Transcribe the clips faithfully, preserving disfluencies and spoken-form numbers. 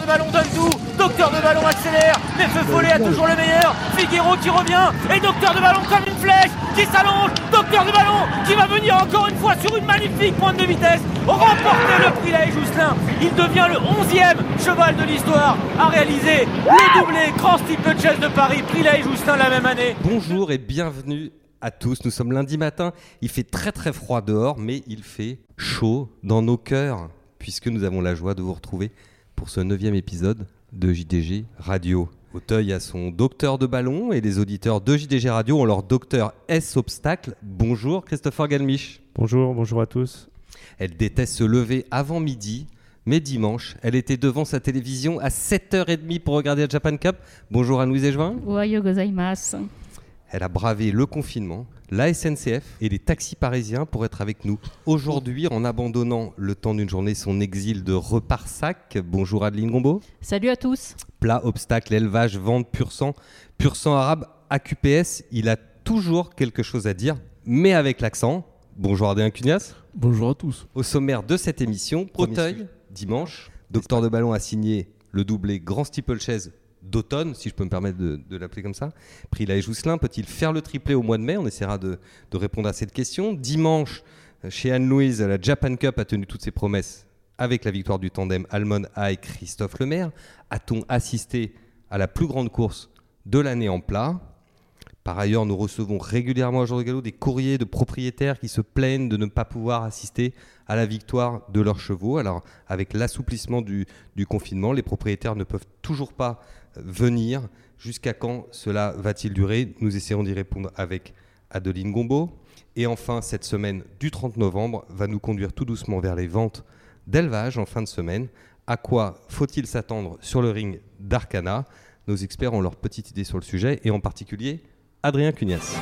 de Ballon donne tout. Docteur de Ballon accélère. Mais Feu Follet a toujours le meilleur. Figueiro qui revient. Et Docteur de Ballon comme une flèche qui s'allonge. Docteur de Ballon qui va venir encore une fois sur une magnifique pointe de vitesse remporter le prix Laëj Jousselin. Il devient le onzième cheval de l'histoire à réaliser le doublé Grand Steeplechase de Paris, prix Laëj Jousselin la même année. Bonjour et bienvenue à tous. Nous sommes lundi matin. Il fait très très froid dehors, mais il fait chaud dans nos cœurs, puisque nous avons la joie de vous retrouver pour ce neuvième épisode de J D G Radio. Auteuil a son docteur de ballon et les auditeurs de J D G Radio ont leur docteur S obstacle. Bonjour Christopher Galmiche. Bonjour, bonjour à tous. Elle déteste se lever avant midi, mais dimanche, elle était devant sa télévision à sept heures trente pour regarder la Japan Cup. Bonjour Anne-Louise Echevin. Ohayo gozaimasu. Elle a bravé le confinement, la S N C F et les taxis parisiens pour être avec nous aujourd'hui en abandonnant le temps d'une journée son exil de Reparsac. Bonjour Adeline Gombeau. Salut à tous. Plat, obstacle, élevage, vente, pur sang, pur sang arabe, A Q P S, il a toujours quelque chose à dire, mais avec l'accent. Bonjour Adrien Cunias. Bonjour à tous. Au sommaire de cette émission, Auteuil, dimanche, docteur de ballon a signé le doublé Grand Steeplechase d'automne, si je peux me permettre de, de l'appeler comme ça. Prix Laëj Jousselin, peut-il faire le triplé au mois de mai ? On essaiera de, de répondre à cette question. Dimanche, chez Anne-Louise, la Japan Cup a tenu toutes ses promesses avec la victoire du tandem Almon Haï Christophe Lemaire. A-t-on assisté à la plus grande course de l'année en plat ? Par ailleurs, nous recevons régulièrement à Jour de Galop des courriers de propriétaires qui se plaignent de ne pas pouvoir assister à la victoire de leurs chevaux. Alors, avec l'assouplissement du, du confinement, les propriétaires ne peuvent toujours pas venir. Jusqu'à quand cela va-t-il durer ? Nous essayons d'y répondre avec Adeline Gombeau. Et enfin, cette semaine du trente novembre va nous conduire tout doucement vers les ventes d'élevage en fin de semaine. À quoi faut-il s'attendre sur le ring d'Arcana ? Nos experts ont leur petite idée sur le sujet et en particulier Adrien Cunias.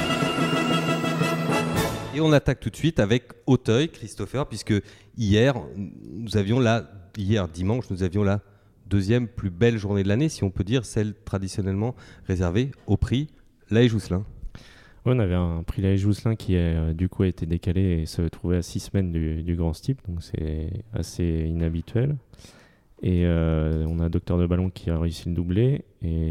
Et on attaque tout de suite avec Auteuil, Christopher, puisque hier, nous avions la, hier dimanche, nous avions la deuxième plus belle journée de l'année, si on peut dire, celle traditionnellement réservée au prix Laëj Jousselin. Ouais, on avait un prix Laëj Jousselin qui a, du coup a été décalé et se trouvait à six semaines du, du Grand Steep, donc c'est assez inhabituel. Et euh, on a un docteur de ballon qui a réussi le doublé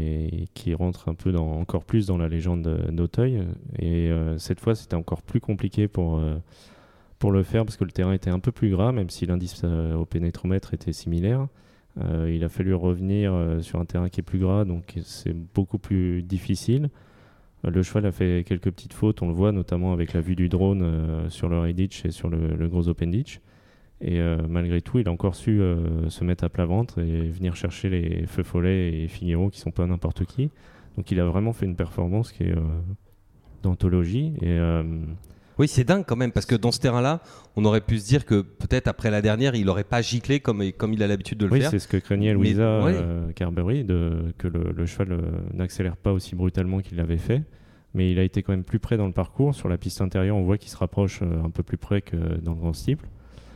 et qui rentre un peu dans, encore plus dans la légende d'Auteuil. Et euh, cette fois, c'était encore plus compliqué pour, euh, pour le faire parce que le terrain était un peu plus gras, même si l'indice euh, au pénétromètre était similaire. Euh, il a fallu revenir euh, sur un terrain qui est plus gras, donc c'est beaucoup plus difficile. Euh, le cheval a fait quelques petites fautes, on le voit notamment avec la vue du drone euh, sur le high ditch et sur le, le gros open ditch. Et euh, malgré tout, il a encore su euh, se mettre à plat ventre et venir chercher les Feu Follet et Figueiro qui sont pas n'importe qui. Donc il a vraiment fait une performance qui est euh, d'anthologie. Et, euh... Oui, c'est dingue quand même, parce que dans ce terrain-là, on aurait pu se dire que peut-être après la dernière, il n'aurait pas giclé comme, comme il a l'habitude de le oui, faire. Oui, c'est ce que craignait Louisa ouais. euh, Carberry, de, que le, le cheval euh, n'accélère pas aussi brutalement qu'il l'avait fait. Mais il a été quand même plus près dans le parcours. Sur la piste intérieure, on voit qu'il se rapproche euh, un peu plus près que dans le Grand Steeple.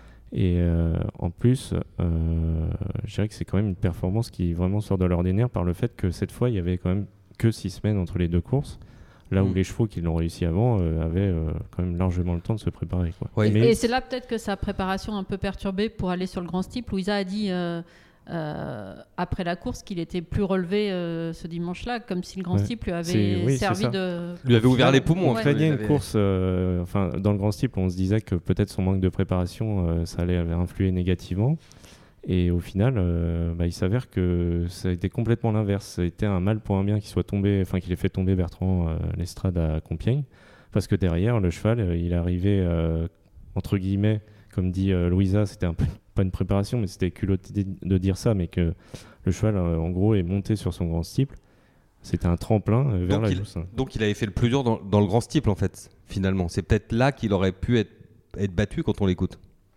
Et euh, en plus, euh, je dirais que c'est quand même une performance qui vraiment sort de l'ordinaire par le fait que cette fois, il y avait quand même que six semaines entre les deux courses, là mmh. où les chevaux qui l'ont réussi avant euh, avaient euh, quand même largement le temps de se préparer, quoi. Ouais. Et, Mais... et c'est là peut-être que sa préparation un peu perturbée pour aller sur le Grand Steep. Louisa a dit euh, euh, après la course qu'il était plus relevé euh, ce dimanche-là, comme si le Grand ouais. Steep lui avait oui, servi de... Lui avait ouvert les poumons. On craignait une course, euh, enfin, dans le Grand Steep, on se disait que peut-être son manque de préparation, euh, ça allait influer négativement. Et au final, euh, bah, il s'avère que ça a été complètement l'inverse. Ça a été un mal pour un bien qu'il soit tombé, enfin qu'il ait fait tomber Bertrand euh, Lestrade à Compiègne, parce que derrière, le cheval, euh, il est arrivé, euh, entre guillemets, comme dit euh, Louisa, c'était un peu pas une préparation, mais c'était culotté de dire ça, mais que le cheval, euh, en gros, est monté sur son Grand Steeple. C'était un tremplin euh, vers donc la il, Jousselin. Donc il avait fait le plus dur dans, dans le Grand Steeple, en fait, finalement. C'est peut-être là qu'il aurait pu être, être battu quand on l'écoute.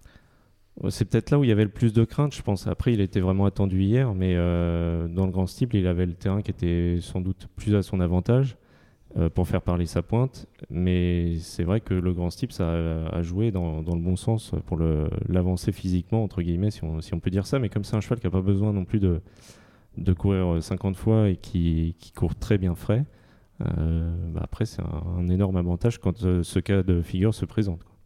C'est peut-être là où il y avait le plus de crainte, je pense. Après, il était vraiment attendu hier, mais euh, dans le Grand Steeple, il avait le terrain qui était sans doute plus à son avantage euh, pour faire parler sa pointe. Mais c'est vrai que le Grand Steeple, ça a, a joué dans, dans le bon sens pour le, l'avancer physiquement, entre guillemets, si on, si on peut dire ça. Mais comme c'est un cheval qui n'a pas besoin non plus de, de courir cinquante fois et qui, qui court très bien frais, euh, bah après, c'est un, un énorme avantage quand euh, ce cas de figure se présente, quoi.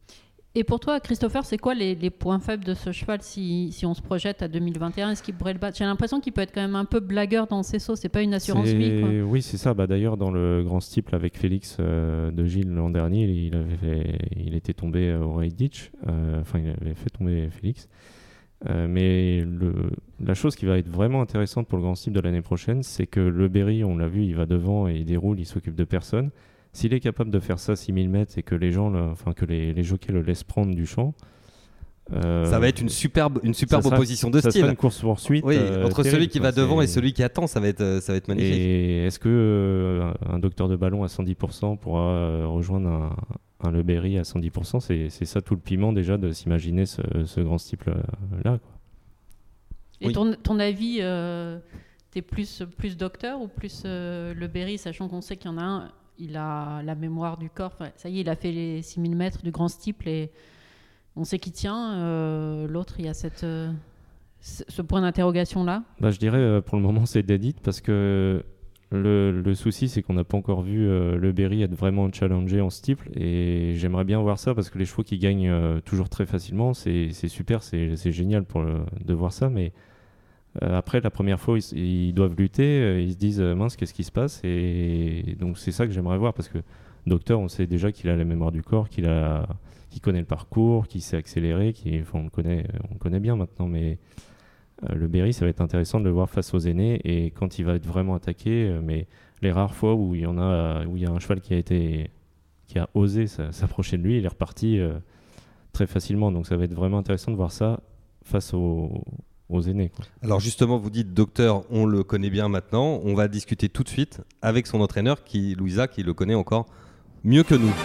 Et pour toi, Christopher, c'est quoi les, les points faibles de ce cheval si, si on se projette à deux mille vingt et un? Est-ce qu'il pourrait le battre? J'ai l'impression qu'il peut être quand même un peu blagueur dans ses sauts. C'est pas une assurance vie, quoi. Oui, c'est ça. Bah, d'ailleurs, dans le grand steeple avec Félix euh, de Gilles l'an dernier, il, avait fait, il était tombé au Raid Ditch. Euh, enfin, il avait fait tomber Félix. Euh, mais le, la chose qui va être vraiment intéressante pour le grand steeple de l'année prochaine, c'est que le Berry, on l'a vu, il va devant et il déroule, il s'occupe de personne. S'il est capable de faire ça six mille mètres et que les gens, le, enfin que les, les jockeys le laissent prendre du champ, euh, ça va être une superbe, une superbe sera, opposition de ça style. Ça sera une course poursuite. Oui, euh, entre terrible, celui qui va enfin, devant c'est... et celui qui attend, ça va être, ça va être magnifique. Et est-ce que euh, un docteur de ballon à cent dix pour cent pourra euh, rejoindre un, un Le Berry à cent dix pour cent? C'est, c'est ça tout le piment déjà de s'imaginer ce, ce grand steeple euh, là, quoi. Et oui. ton, ton avis, euh, t'es plus, plus docteur ou plus euh, Le Berry, sachant qu'on sait qu'il y en a un, il a la mémoire du corps. Enfin, ça y est, il a fait les six mille mètres du grand steeple et on sait qu'il tient. Euh, l'autre, il y a cette, euh, ce point d'interrogation-là. Bah, je dirais euh, pour le moment, c'est dead it parce que le, le souci, c'est qu'on n'a pas encore vu euh, Le Berry être vraiment challengé en steeple et j'aimerais bien voir ça parce que les chevaux qui gagnent euh, toujours très facilement, c'est, c'est super, c'est, c'est génial pour le, de voir ça, mais Euh, après, la première fois, ils, ils doivent lutter, euh, ils se disent euh, mince, qu'est-ce qui se passe? Et donc, c'est ça que j'aimerais voir parce que Docteur, on sait déjà qu'il a la mémoire du corps, qu'il, a, qu'il connaît le parcours, qu'il sait accélérer, qu'il, enfin, on, le connaît, on le connaît bien maintenant. Mais euh, le Berry, ça va être intéressant de le voir face aux aînés et quand il va être vraiment attaqué. Euh, mais les rares fois où il y en a, où il y a un cheval qui a, été, qui a osé s'approcher de lui, il est reparti euh, très facilement. Donc, ça va être vraiment intéressant de voir ça face aux. aux aînés, quoi. Alors justement, vous dites Docteur, on le connaît bien maintenant. On va discuter tout de suite avec son entraîneur, qui, Louisa, qui le connaît encore mieux que nous.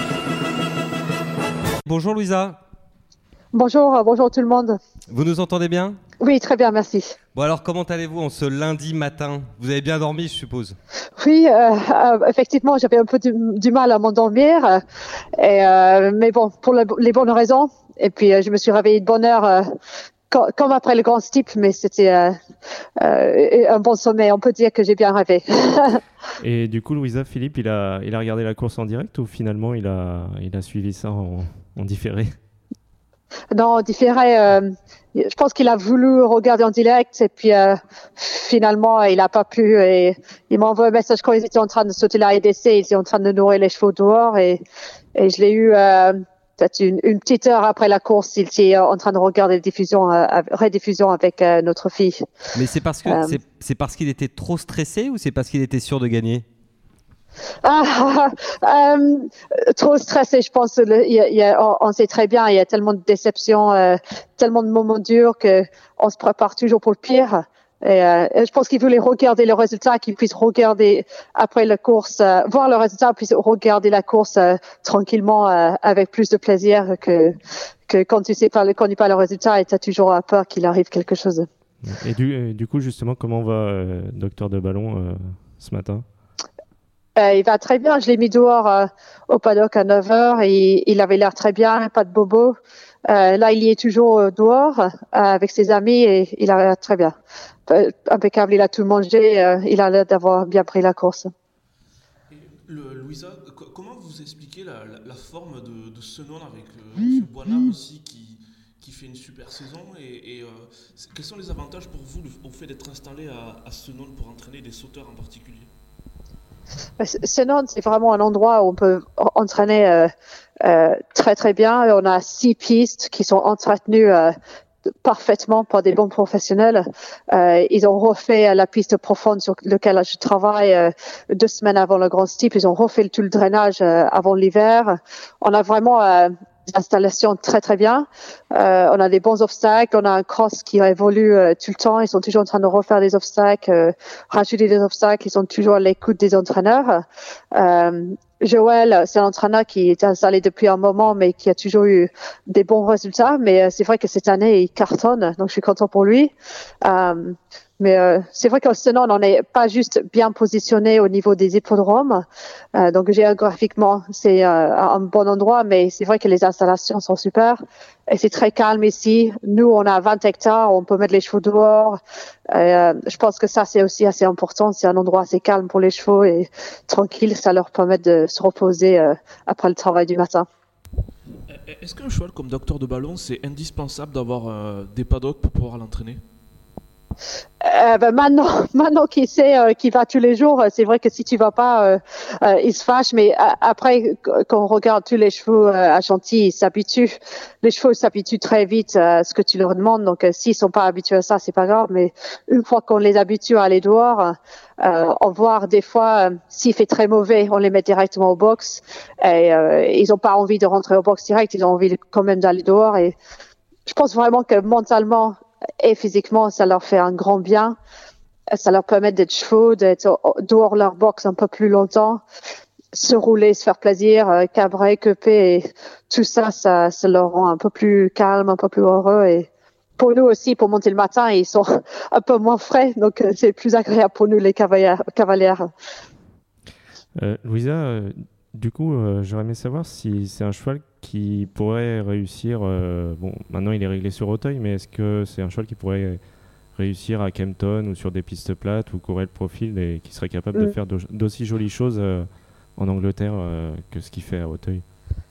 Bonjour Louisa. Bonjour, bonjour tout le monde. Vous nous entendez bien? Oui, très bien, merci. Bon alors, comment allez-vous en ce lundi matin? Vous avez bien dormi, je suppose? Oui, euh, euh, effectivement, j'avais un peu du, du mal à m'endormir, euh, et, euh, mais bon, pour le, les bonnes raisons. Et puis, euh, je me suis réveillée de bonne heure, euh, comme après le grand steeple, mais c'était euh, euh, un bon sommeil. On peut dire que j'ai bien rêvé. Et du coup, Louisa, Philippe, il a, il a regardé la course en direct ou finalement il a, il a suivi ça en, en différé? Non, différé. Euh, je pense qu'il a voulu regarder en direct et puis euh, finalement il n'a pas pu. Et il m'a envoyé un message quand ils étaient en train de sauter la R D C. Ils étaient en train de nourrir les chevaux dehors et, et je l'ai eu. Euh, Peut-être une, une petite heure après la course, il était en train de regarder la diffusion, euh, rediffusion avec euh, notre fille. Mais c'est parce que euh, c'est, c'est parce qu'il était trop stressé ou c'est parce qu'il était sûr de gagner? Ah, euh, trop stressé, je pense. Le, il y a, il y a, on, on sait très bien, il y a tellement de déceptions, euh, tellement de moments durs que on se prépare toujours pour le pire. Et euh, je pense qu'il voulait regarder le résultat, qu'il puisse regarder après la course, euh, voir le résultat, puis regarder la course euh, tranquillement euh, avec plus de plaisir que que quand tu sais pas, quand tu pas le résultat et tu as toujours peur qu'il arrive quelque chose. Et du, du coup, justement, comment va euh, Docteur de Ballon euh, ce matin? Euh, il va très bien. Je l'ai mis dehors euh, au paddock à neuf heures et il avait l'air très bien, pas de bobo. Euh, là, il y est toujours euh, dehors euh, avec ses amis et il a l'air très bien. Euh, impeccable, il a tout mangé. Euh, il a l'air d'avoir bien pris la course. Et le, Louisa, co- comment vous expliquez la, la, la forme de, de ce nom avec euh, M. Boinard aussi qui, qui fait une super saison et, et euh, quels sont les avantages pour vous au fait d'être installé à, à Senon pour entraîner des sauteurs en particulier? Senon, c'est vraiment un endroit où on peut entraîner euh, euh, très très bien. On a six pistes qui sont entretenues euh, parfaitement par des bons professionnels. Euh, ils ont refait la piste profonde sur laquelle je travaille euh, deux semaines avant le grand steeple. Ils ont refait tout le drainage euh, avant l'hiver. On a vraiment euh, installation très très bien. Euh, on a des bons obstacles. On a un cross qui évolue euh, tout le temps. Ils sont toujours en train de refaire des obstacles, euh, rajouter des obstacles. Ils sont toujours à l'écoute des entraîneurs. Euh, Joël, c'est un entraîneur qui est installé depuis un moment, mais qui a toujours eu des bons résultats. Mais euh, c'est vrai que cette année, il cartonne, donc je suis content pour lui. Euh, mais euh, c'est vrai qu'au Senon, on n'est pas juste bien positionné au niveau des hippodromes. Euh, donc géographiquement, c'est euh, un bon endroit, mais c'est vrai que les installations sont super. Et c'est très calme ici. Nous, on a vingt hectares, on peut mettre les chevaux dehors. Euh, je pense que ça, c'est aussi assez important. C'est un endroit assez calme pour les chevaux et tranquille. Ça leur permet de se reposer euh, après le travail du matin. Est-ce qu'un cheval comme Docteur de Ballon, c'est indispensable d'avoir euh, des paddocks pour pouvoir l'entraîner? Euh, ben maintenant, maintenant qu'il sait euh, qu'il va tous les jours, c'est vrai que si tu vas pas, euh, euh, il se fâche. Mais euh, après, quand on regarde tous les chevaux euh, à Chantilly, ils s'habituent. Les chevaux s'habituent très vite à ce que tu leur demandes. Donc, euh, s'ils sont pas habitués à ça, c'est pas grave. Mais une fois qu'on les habitue à aller dehors, euh, on voit des fois, euh, s'il fait très mauvais, on les met directement au box. Et euh, ils ont pas envie de rentrer au box direct. Ils ont envie de, quand même d'aller dehors. Et je pense vraiment que mentalement et physiquement, ça leur fait un grand bien. Ça leur permet d'être chevaux, d'être dehors leur box un peu plus longtemps, se rouler, se faire plaisir, euh, cabrer, queuper, et tout ça, ça, ça leur rend un peu plus calme, un peu plus heureux. Et pour nous aussi, pour monter le matin, ils sont un peu moins frais, donc euh, c'est plus agréable pour nous, les cavalières. cavalières. Euh, Louisa, euh, du coup, euh, j'aurais aimé savoir si c'est un cheval qui pourrait réussir, euh, bon, maintenant il est réglé sur Auteuil, mais est-ce que c'est un cheval qui pourrait réussir à Kempton ou sur des pistes plates ou courir le profil et qui serait capable mm. de faire d'aussi jolies choses euh, en Angleterre euh, que ce qu'il fait à Auteuil?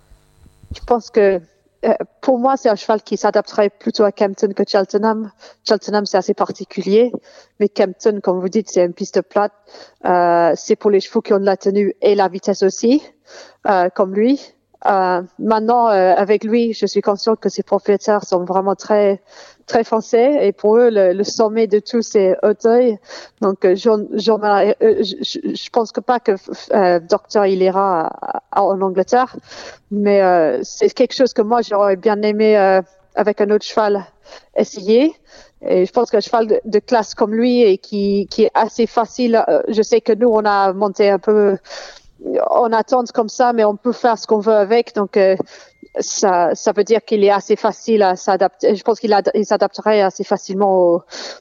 Je pense que euh, pour moi, c'est un cheval qui s'adapterait plutôt à Kempton que Cheltenham. Cheltenham, c'est assez particulier, mais Kempton, comme vous dites, c'est une piste plate. Euh, c'est pour les chevaux qui ont de la tenue et la vitesse aussi, euh, comme lui. Euh, maintenant, euh, avec lui, je suis consciente que ses propriétaires sont vraiment très, très français, et pour eux, le, le sommet de tout, c'est Auteuil. Donc, euh, je, je, je, je pense que pas que euh, Docteur il ira à, à, en Angleterre, mais euh, c'est quelque chose que moi j'aurais bien aimé euh, avec un autre cheval essayer. Et je pense qu'un cheval de, de classe comme lui et qui, qui est assez facile. Euh, je sais que nous, on a monté un peu. On attend comme ça, mais on peut faire ce qu'on veut avec. Donc, euh, ça, ça veut dire qu'il est assez facile à s'adapter. Je pense qu'il il s'adapterait assez facilement aux,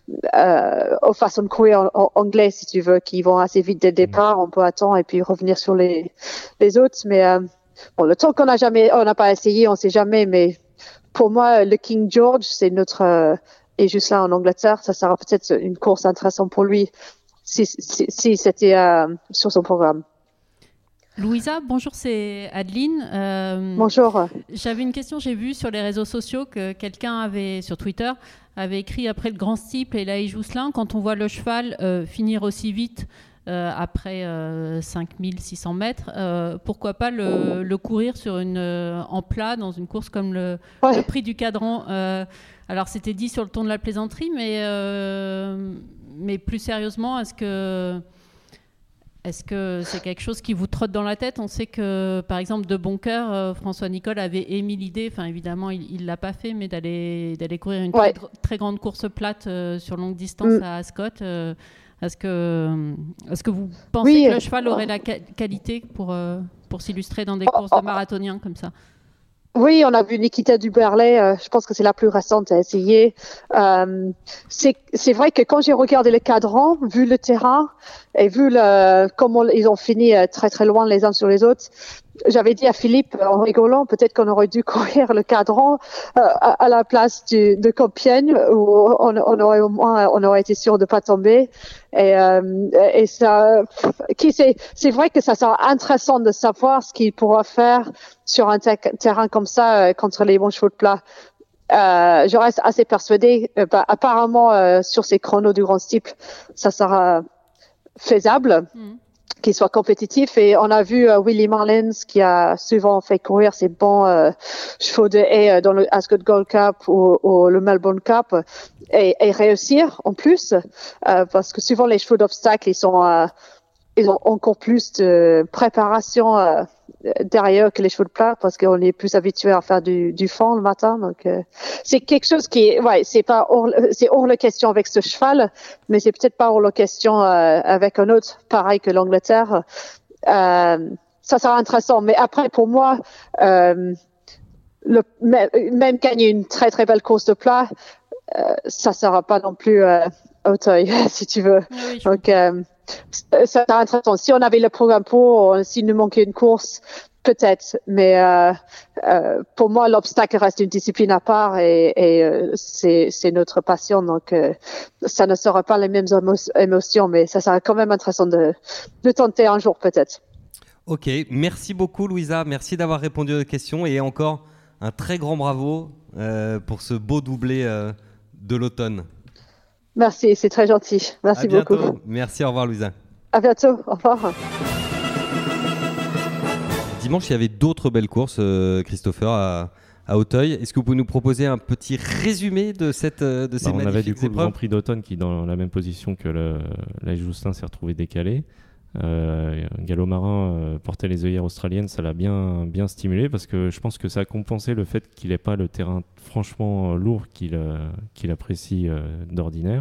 euh, aux façons de courir en, en anglais, si tu veux, qui vont assez vite dès le départ. On peut attendre et puis revenir sur les, les autres. Mais euh, bon, le temps qu'on n'a jamais, on n'a pas essayé, on sait jamais. Mais pour moi, le King George, c'est notre euh, et juste là en Angleterre, ça sera peut-être une course intéressante pour lui si, si, si c'était euh, sur son programme. Louisa, bonjour, c'est Adeline. Euh, bonjour. J'avais une question, j'ai vu sur les réseaux sociaux que quelqu'un avait, sur Twitter, avait écrit après le Grand Steeple et l'Aïe-Jousselin, quand on voit le cheval euh, finir aussi vite euh, après euh, cinq mille six cents mètres, euh, pourquoi pas le, le courir sur une, euh, en plat dans une course comme le, ouais. le Prix du Cadran. euh, Alors c'était dit sur le ton de la plaisanterie, mais, euh, mais plus sérieusement, est-ce que... Est-ce que c'est quelque chose qui vous trotte dans la tête? On sait que, par exemple, de bon cœur, euh, François Nicole avait émis l'idée, enfin évidemment, il ne l'a pas fait, mais d'aller, d'aller courir une ouais. très, très grande course plate euh, sur longue distance mm. à Ascot. Euh, est-ce, que, est-ce que vous pensez oui, que le cheval aurait la ca- qualité pour, euh, pour s'illustrer dans des courses de marathoniens comme ça? Oui, on a vu Nikita Duberlet, euh, je pense que c'est la plus récente à essayer. Euh, c'est, c'est vrai que quand j'ai regardé le cadran, vu le terrain et vu le, comment ils ont fini euh, très très loin les uns sur les autres, j'avais dit à Philippe en rigolant, peut-être qu'on aurait dû courir le cadran euh, à, à la place du, de Compiègne, où on, on aurait au moins, on aurait été sûr de pas tomber. Et, euh, et ça, qui c'est, c'est vrai que ça sera intéressant de savoir ce qu'il pourra faire sur un te- terrain comme ça euh, contre les bons chevaux de plat. Euh, je reste assez persuadée. Euh, bah, apparemment, euh, sur ces chronos du Grand Steeple, ça sera faisable. Mm. Qu'il soit compétitif, et on a vu euh, Willie Marlins qui a souvent fait courir ses bons euh, chevaux de haie euh, dans le Ascot Gold Cup ou, ou le Melbourne Cup et, et réussir en plus euh, parce que souvent les chevaux d'obstacles ils sont euh, ils ont encore plus de préparation euh, derrière que les chevaux de plat parce qu'on est plus habitué à faire du, du fond le matin. Donc euh, c'est quelque chose qui, ouais, c'est pas hors, c'est hors la question avec ce cheval, mais c'est peut-être pas hors la question euh, avec un autre, pareil que l'Angleterre. Euh, ça sera intéressant. Mais après, pour moi, euh, le, même gagner une très très belle course de plat, euh, ça sera pas non plus euh, Auteuil, si tu veux. Oui, donc euh, ça sera intéressant. Si on avait le programme pour, s'il nous manquait une course, peut-être. Mais euh, euh, pour moi, l'obstacle reste une discipline à part et, et euh, c'est, c'est notre passion. Donc, euh, ça ne sera pas les mêmes émo- émotions, mais ça sera quand même intéressant de, de tenter un jour, peut-être. Ok, merci beaucoup, Louisa. Merci d'avoir répondu aux questions et encore un très grand bravo euh, pour ce beau doublé euh, de l'automne. Merci, c'est très gentil. Merci à bientôt. beaucoup. Merci, au revoir Louisa. À bientôt, au revoir. Dimanche, il y avait d'autres belles courses, euh, Christopher, à, à Auteuil. Est-ce que vous pouvez nous proposer un petit résumé de, cette, de ces bah, magnifiques épreuves ? On avait du coup le Grand Prix d'Automne qui, dans la même position que le, l'A S Jousselin, s'est retrouvé décalé. Euh, Gallo Marin euh, portait les œillères australiennes, ça l'a bien, bien stimulé parce que je pense que ça a compensé le fait qu'il n'ait pas le terrain franchement lourd qu'il, euh, qu'il apprécie euh, d'ordinaire.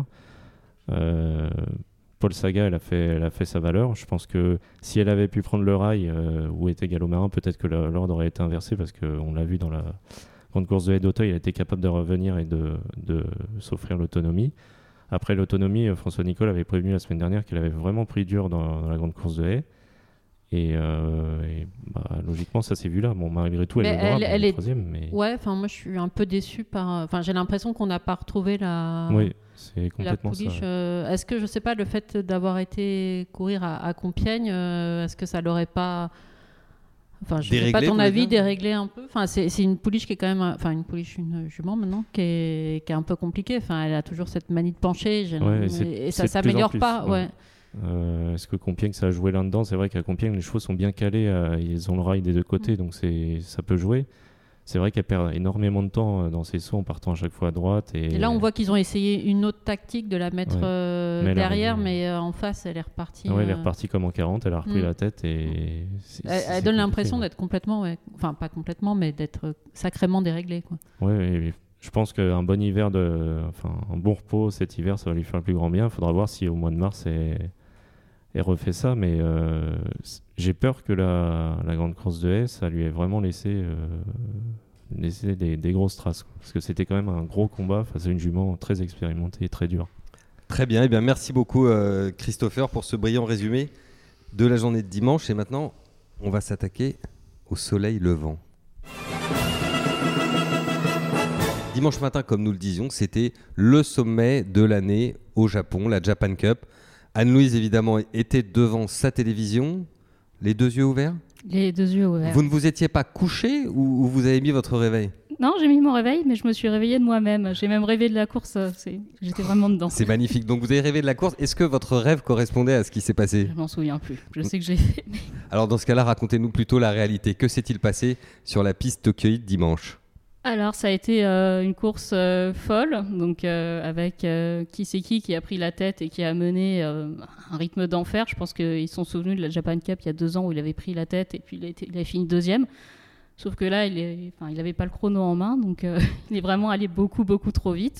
Euh, Paul Saga, elle a, fait, elle a fait sa valeur. Je pense que si elle avait pu prendre le rail euh, où était Gallo Marin, peut-être que le, l'ordre aurait été inversé parce qu'on l'a vu dans la grande course de haie d'Auteuil, il a été capable de revenir et de, de s'offrir l'autonomie. Après l'autonomie, François Nicole avait prévenu la semaine dernière qu'il avait vraiment pris dur dans, dans la grande course de haie. Et, euh, et bah, logiquement, ça s'est vu là. Bon, malgré tout, elle Mais est honorable, elle- elle elle est est- troisième. Mais... Ouais, enfin moi je suis un peu déçue par. Enfin j'ai l'impression qu'on n'a pas retrouvé la. Oui, c'est La complètement pouliche, ça. euh, est-ce que je sais pas le fait d'avoir été courir à, à Compiègne, euh, est-ce que ça l'aurait pas, enfin je sais Déréglé, pas vous ton voulez avis, dire déréglé un peu. Enfin c'est, c'est une pouliche qui est quand même, enfin une pouliche, une jument maintenant qui est, qui est un peu compliquée. Enfin elle a toujours cette manie de pencher, j'ai Ouais, et, et c'est- et c'est ça de plus en s'améliore plus, pas, ouais. ouais. Euh, Est-ce que Compiègne, ça a joué là-dedans ? C'est vrai qu'à Compiègne, les chevaux sont bien calés. euh, ils ont le rail des deux côtés, Mm. donc c'est, ça peut jouer. C'est vrai qu'elle perd énormément de temps euh, dans ses sauts en partant à chaque fois à droite. Et, Et là on voit qu'ils ont essayé une autre tactique de la mettre Ouais. euh, Mais elle a derrière, remis- mais euh, en face elle est repartie. Ah ouais, elle est euh, repartie comme en quarante, elle a repris Mm. la tête et... c'est- Elle, c'est elle donne compliqué, l'impression ouais. d'être complètement, ouais, enfin pas complètement, mais d'être sacrément déréglée, quoi. Ouais, et je pense qu'un bon hiver, de, enfin un bon repos cet hiver, ça va lui faire le plus grand bien. Il faudra voir si au mois de mars elle, elle refait ça, mais euh, c- j'ai peur que la, la grande course de haie, ça lui ait vraiment laissé, euh, laissé des, des grosses traces, quoi. Parce que c'était quand même un gros combat face à une jument très expérimentée et très dure. Très bien, eh bien merci beaucoup euh, Christopher pour ce brillant résumé de la journée de dimanche. Et maintenant, on va s'attaquer au soleil levant. Dimanche matin, comme nous le disions, c'était le sommet de l'année au Japon, la Japan Cup. Anne-Louise, évidemment, était devant sa télévision, les deux yeux ouverts. Les deux yeux ouverts. Vous ne vous étiez pas couché ou, ou vous avez mis votre réveil ? Non, j'ai mis mon réveil, mais je me suis réveillée de moi-même. J'ai même rêvé de la course. euh, C'est... J'étais vraiment dedans. C'est magnifique. Donc vous avez rêvé de la course. Est-ce que votre rêve correspondait à ce qui s'est passé ? Je m'en souviens plus. Je sais que j'ai fait. mais- Alors dans ce cas-là, racontez-nous plutôt la réalité. Que s'est-il passé sur la piste tokyoïde dimanche ? Alors, ça a été euh, une course euh, folle, donc euh, avec euh, Kiseki qui a pris la tête et qui a mené euh, un rythme d'enfer. Je pense qu'ils sont souvenus de la Japan Cup il y a deux ans où il avait pris la tête et puis il a, été, il a fini deuxième. Sauf que là, il est, enfin, il n'avait pas le chrono en main, donc euh, il est vraiment allé beaucoup, beaucoup trop vite.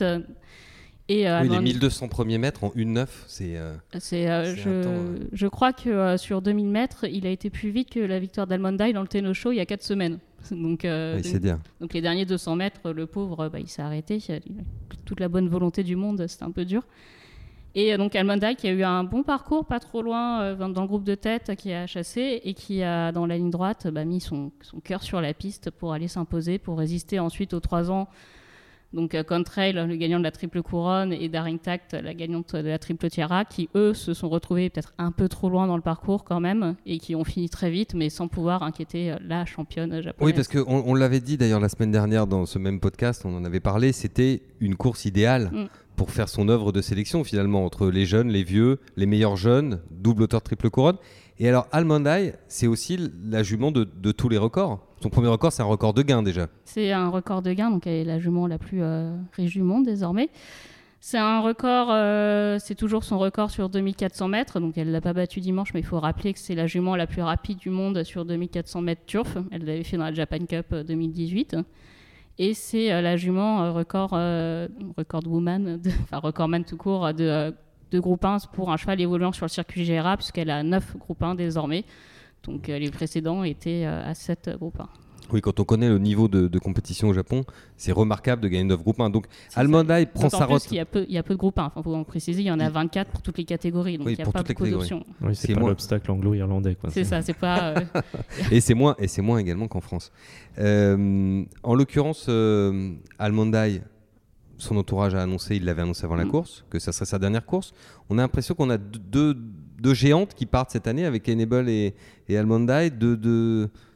Et, euh, Oui, les Almond- mille deux cents premiers mètres en une neuf, c'est... euh, C'est, euh, C'est je, un temps, ouais. je crois que euh, sur deux mille mètres, il a été plus vite que la victoire d'Almondaï dans le Tenno Show il y a quatre semaines. Donc, euh, oui, c'est dire. donc les derniers deux cents mètres, le pauvre, bah, il s'est arrêté. Il a toute la bonne volonté du monde, c'était un peu dur. Et euh, donc Almondaï qui a eu un bon parcours, pas trop loin euh, dans le groupe de tête, qui a chassé et qui a, dans la ligne droite, bah, mis son, son cœur sur la piste pour aller s'imposer, pour résister ensuite aux trois ans. Donc euh, Contrail, le gagnant de la triple couronne, et Daring Tact, la gagnante de la triple tiara, qui eux se sont retrouvés peut-être un peu trop loin dans le parcours quand même, et qui ont fini très vite, mais sans pouvoir inquiéter euh, la championne japonaise. Oui, parce qu'on on l'avait dit d'ailleurs la semaine dernière dans ce même podcast, on en avait parlé, c'était une course idéale Mm. pour faire son œuvre de sélection finalement, entre les jeunes, les vieux, les meilleurs jeunes, double auteur triple couronne. Et alors Almondaï, c'est aussi la jument de, de tous les records. Son premier record, c'est un record de gain déjà. C'est un record de gain, donc elle est la jument la plus euh, riche du monde désormais. C'est un record, euh, c'est toujours son record sur deux mille quatre cents mètres, donc elle ne l'a pas battu dimanche, mais il faut rappeler que c'est la jument la plus rapide du monde sur deux mille quatre cents mètres turf. Elle l'avait fait dans la Japan Cup euh, deux mille dix-huit. Et c'est euh, la jument euh, record, euh, record woman, de, enfin recordman tout court, de, euh, de groupe un pour un cheval évoluant sur le circuit G R A, puisqu'elle a neuf groupe un désormais. Donc euh, les précédents étaient euh, à sept groupes un. Oui, quand on connaît le niveau de, de compétition au Japon, c'est remarquable de gagner neuf groupes un. Donc C'est Almondaï ça. prend D'autant sa plus route. qu'il y a peu, il y a peu de groupes un. Enfin, faut en préciser, il y en a Oui. vingt-quatre pour toutes les catégories, donc Oui, il n'y a pour pas toutes les beaucoup catégories. d'options. Oui, c'est, C'est pas moins- l'obstacle anglo-irlandais, quoi. C'est ça, c'est pas. euh, Et c'est moins, et c'est moins également qu'en France. Euh, en l'occurrence, euh, Almondaï, son entourage a annoncé, il l'avait annoncé avant la Mm. course, que ça serait sa dernière course. On a l'impression qu'on a deux, deux géantes qui partent cette année avec Enable et, et Almondaï, deux, deux,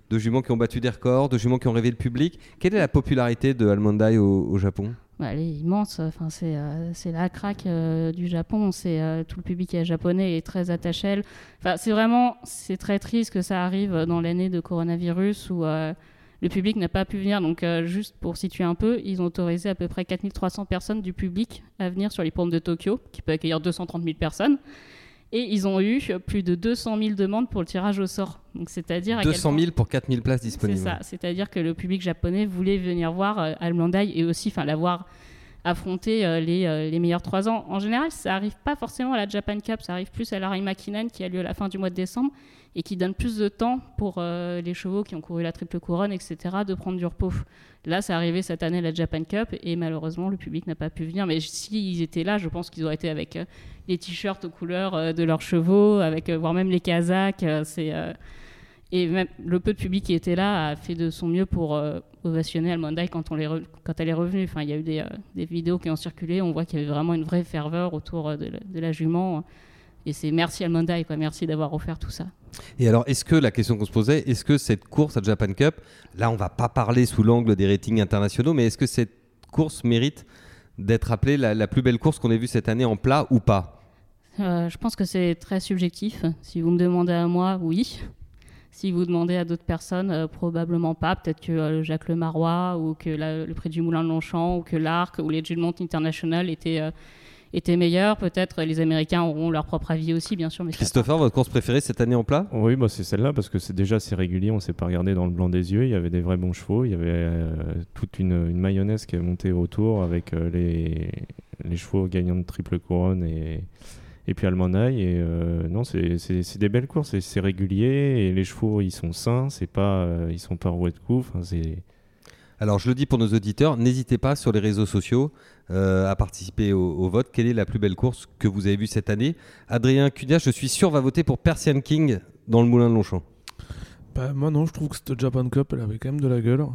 de juments qui ont battu des records, de juments qui ont rêvé le public. Quelle est la popularité de Almond Eye au, au Japon ? Bah, elle est immense, enfin, c'est, euh, c'est la craque euh, du Japon, c'est, euh, tout le public japonais est très attaché à elle. Enfin, c'est vraiment c'est très triste que ça arrive dans l'année de coronavirus où euh, le public n'a pas pu venir. Donc euh, juste pour situer un peu, ils ont autorisé à peu près quatre mille trois cents personnes du public à venir sur l'hippodrome de Tokyo, qui peut accueillir deux cent trente mille personnes. Et ils ont eu plus de deux cent mille demandes pour le tirage au sort. Donc, c'est-à-dire à deux cent mille point... pour quatre mille places disponibles. C'est ça, c'est-à-dire que le public japonais voulait venir voir euh, Almond Eye et aussi la voir affronter euh, les, euh, les meilleurs trois ans. En général, ça n'arrive pas forcément à la Japan Cup, ça arrive plus à la Raimakinen qui a lieu à la fin du mois de décembre et qui donne plus de temps pour euh, les chevaux qui ont couru la triple couronne, et cetera, de prendre du repos. Là, c'est arrivé cette année à la Japan Cup et malheureusement, le public n'a pas pu venir. Mais s'ils étaient là, je pense qu'ils auraient été avec euh, les t-shirts aux couleurs euh, de leurs chevaux, avec, euh, voire même les casaques. Euh, c'est, euh... Et même le peu de public qui était là a fait de son mieux pour euh, ovationner Almond Eye quand, on les re... quand elle est revenue. Enfin, il y a eu des, euh, des vidéos qui ont circulé. On voit qu'il y avait vraiment une vraie ferveur autour de la, de la jument. Et c'est merci Almond Eye, quoi. Merci d'avoir offert tout ça. Et alors, est-ce que, la question qu'on se posait, est-ce que cette course à Japan Cup, là on va pas parler sous l'angle des ratings internationaux, mais est-ce que cette course mérite d'être appelée la, la plus belle course qu'on ait vue cette année en plat ou pas ? euh, Je pense que c'est très subjectif. Si vous me demandez à moi, oui. Si vous demandez à d'autres personnes, euh, probablement pas. Peut-être que euh, Jacques Le Marois ou que la, le prix du Moulin de Longchamp ou que l'Arc ou les Julemont International étaient... Euh, étaient meilleurs, peut-être les Américains auront leur propre avis aussi, bien sûr. Mais Christopher, votre course préférée cette année en plat ? Oui, bah c'est celle-là parce que c'est déjà assez régulier, on ne s'est pas regardé dans le blanc des yeux, il y avait des vrais bons chevaux, il y avait euh, toute une, une mayonnaise qui est montée autour avec euh, les, les chevaux gagnants de triple couronne et, et puis Almond Eye. Et euh, non, c'est, c'est, c'est des belles courses, c'est, c'est régulier et les chevaux ils sont sains, c'est pas, euh, ils sont pas roués de coups, c'est... Alors, je le dis pour nos auditeurs, n'hésitez pas sur les réseaux sociaux euh, à participer au, au vote. Quelle est la plus belle course que vous avez vue cette année ? Adrien Cunias, je suis sûr, va voter pour Persian King dans le Moulin de Longchamp. Bah, moi, non, je trouve que cette Japan Cup, elle avait quand même de la gueule.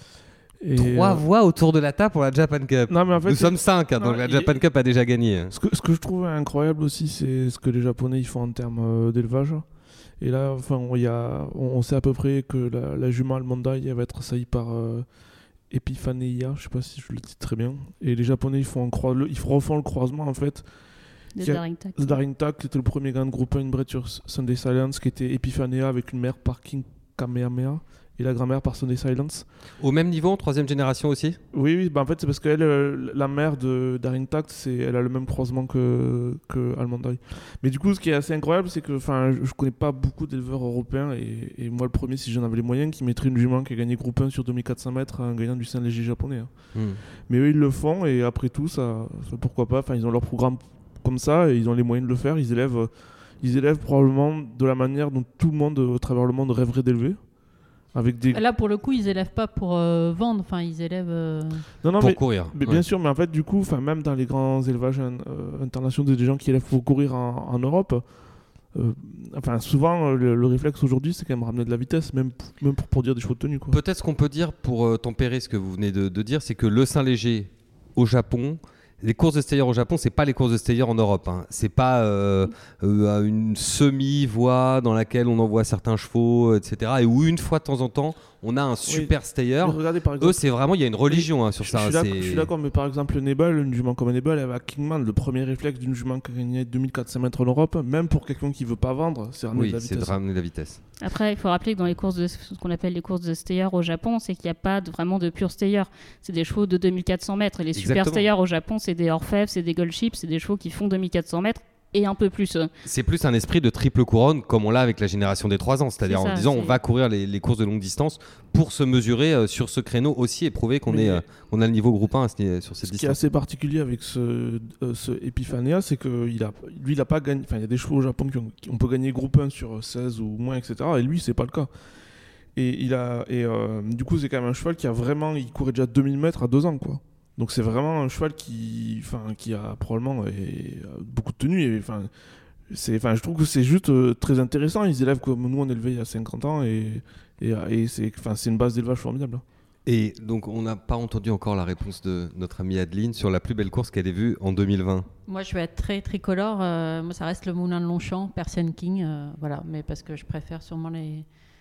Et Trois euh... voix autour de la table pour la Japan Cup. Non, mais en fait, Nous sommes cinq, hein, non, donc la Japan et... Cup a déjà gagné. Ce que, ce que je trouve incroyable aussi, c'est ce que les Japonais ils font en termes euh, d'élevage. Et là, enfin, on, y a, on, on sait à peu près que la, la jument Almond Eye elle va être assaillie par... Euh, Epiphaneia, je sais pas si je le dis très bien. Et les Japonais, ils font, croi- le, ils refont le croisement en fait. De Daring-Tak. Le Daring-Tak, qui était le premier gain de groupe un, une bred sur Sunday Silence, qui était Epiphaneia avec une mère par King Kamehameha et la grand-mère par Sunday Silence. Au même niveau, en troisième génération aussi ? Oui, oui, bah en fait, c'est parce qu'elle, euh, la mère de Daring-Tak, c'est, elle a le même croisement que, que Almond Eye. Mais du coup, ce qui est assez incroyable, c'est que je, je connais pas beaucoup d'éleveurs européens, et, et moi, le premier, si j'en avais les moyens, qui mettrait une jument qui a gagné groupe un sur deux mille quatre cents mètres en gagnant du Saint-Léger japonais. Hein. Mm. Mais eux, ils le font, et après tout, ça, ça pourquoi pas. Enfin, ils ont leur programme comme ça, et ils ont les moyens de le faire. Ils élèvent, ils élèvent probablement de la manière dont tout le monde, au travers le monde, rêverait d'élever. Avec des... Là, pour le coup, ils élèvent pas pour euh, vendre, enfin, ils élèvent euh... non, non, pour mais, courir. Mais ouais. Bien sûr, mais en fait, du coup, même dans les grands élevages euh, internationaux, des gens qui élèvent pour courir en, en Europe, euh, enfin, souvent, le, le réflexe aujourd'hui, c'est quand même ramener de la vitesse, même, même pour produire des chevaux de tenue. Quoi. Peut-être ce qu'on peut dire pour euh, tempérer ce que vous venez de, de dire, c'est que le Saint-Léger au Japon, les courses de stayers au Japon, c'est pas les courses de stayers en Europe. Hein. C'est pas euh, euh, une semi-voie dans laquelle on envoie certains chevaux, et cetera. Et où une fois de temps en temps, on a un super oui. stayer. Regardez, par exemple, eux, c'est vraiment, il y a une religion oui, hein, sur je, ça. Je suis, je suis d'accord, mais par exemple, le Nebel, une jument comme un Nebel, elle va à Kingman, le premier réflexe d'une jument qui a gagné deux mille quatre cents mètres en Europe, même pour quelqu'un qui veut pas vendre, c'est ramener oui, de la vitesse. Oui, c'est de ramener de la vitesse. Après, il faut rappeler que dans les courses de, ce qu'on appelle les courses de stayers au Japon, c'est qu'il n'y a pas de, vraiment de pur stayers. C'est des chevaux de deux mille quatre cents mètres. Et les Exactement. super stayers au Japon, c'est des Orfèvres, c'est des Gold Ships, c'est des chevaux qui font deux mille quatre cents mètres. Et un peu plus. C'est plus un esprit de triple couronne comme on l'a avec la génération des trois ans, c'est-à-dire c'est ça, en disant c'est... on va courir les, les courses de longue distance pour se mesurer euh, sur ce créneau aussi et prouver qu'on, est, euh, qu'on a le niveau groupe un sur cette ce distance. Ce qui est assez particulier avec ce, euh, ce Epiphaneia, c'est que il a, lui, il n'a pas gagné. Enfin, il y a des chevaux au Japon qui, ont, qui on peut gagner groupe un sur seize ou moins, et cetera. Et lui, c'est pas le cas. Et, il a, et euh, du coup, c'est quand même un cheval qui a vraiment. Il courait déjà deux mille mètres à deux ans, quoi. Donc c'est vraiment un cheval qui, enfin, qui a probablement et, beaucoup de tenue. Et, enfin, c'est, enfin, je trouve que c'est juste euh, très intéressant. Ils élèvent comme nous on élevait il y a cinquante ans et, et, et c'est, enfin, c'est une base d'élevage formidable. Et donc on n'a pas entendu encore la réponse de notre amie Adeline sur la plus belle course qu'elle ait vue en deux mille vingt. Moi je vais être très tricolore. Euh, moi ça reste le Moulin de Longchamp, Persian King, euh, voilà. Mais parce que je préfère sûrement les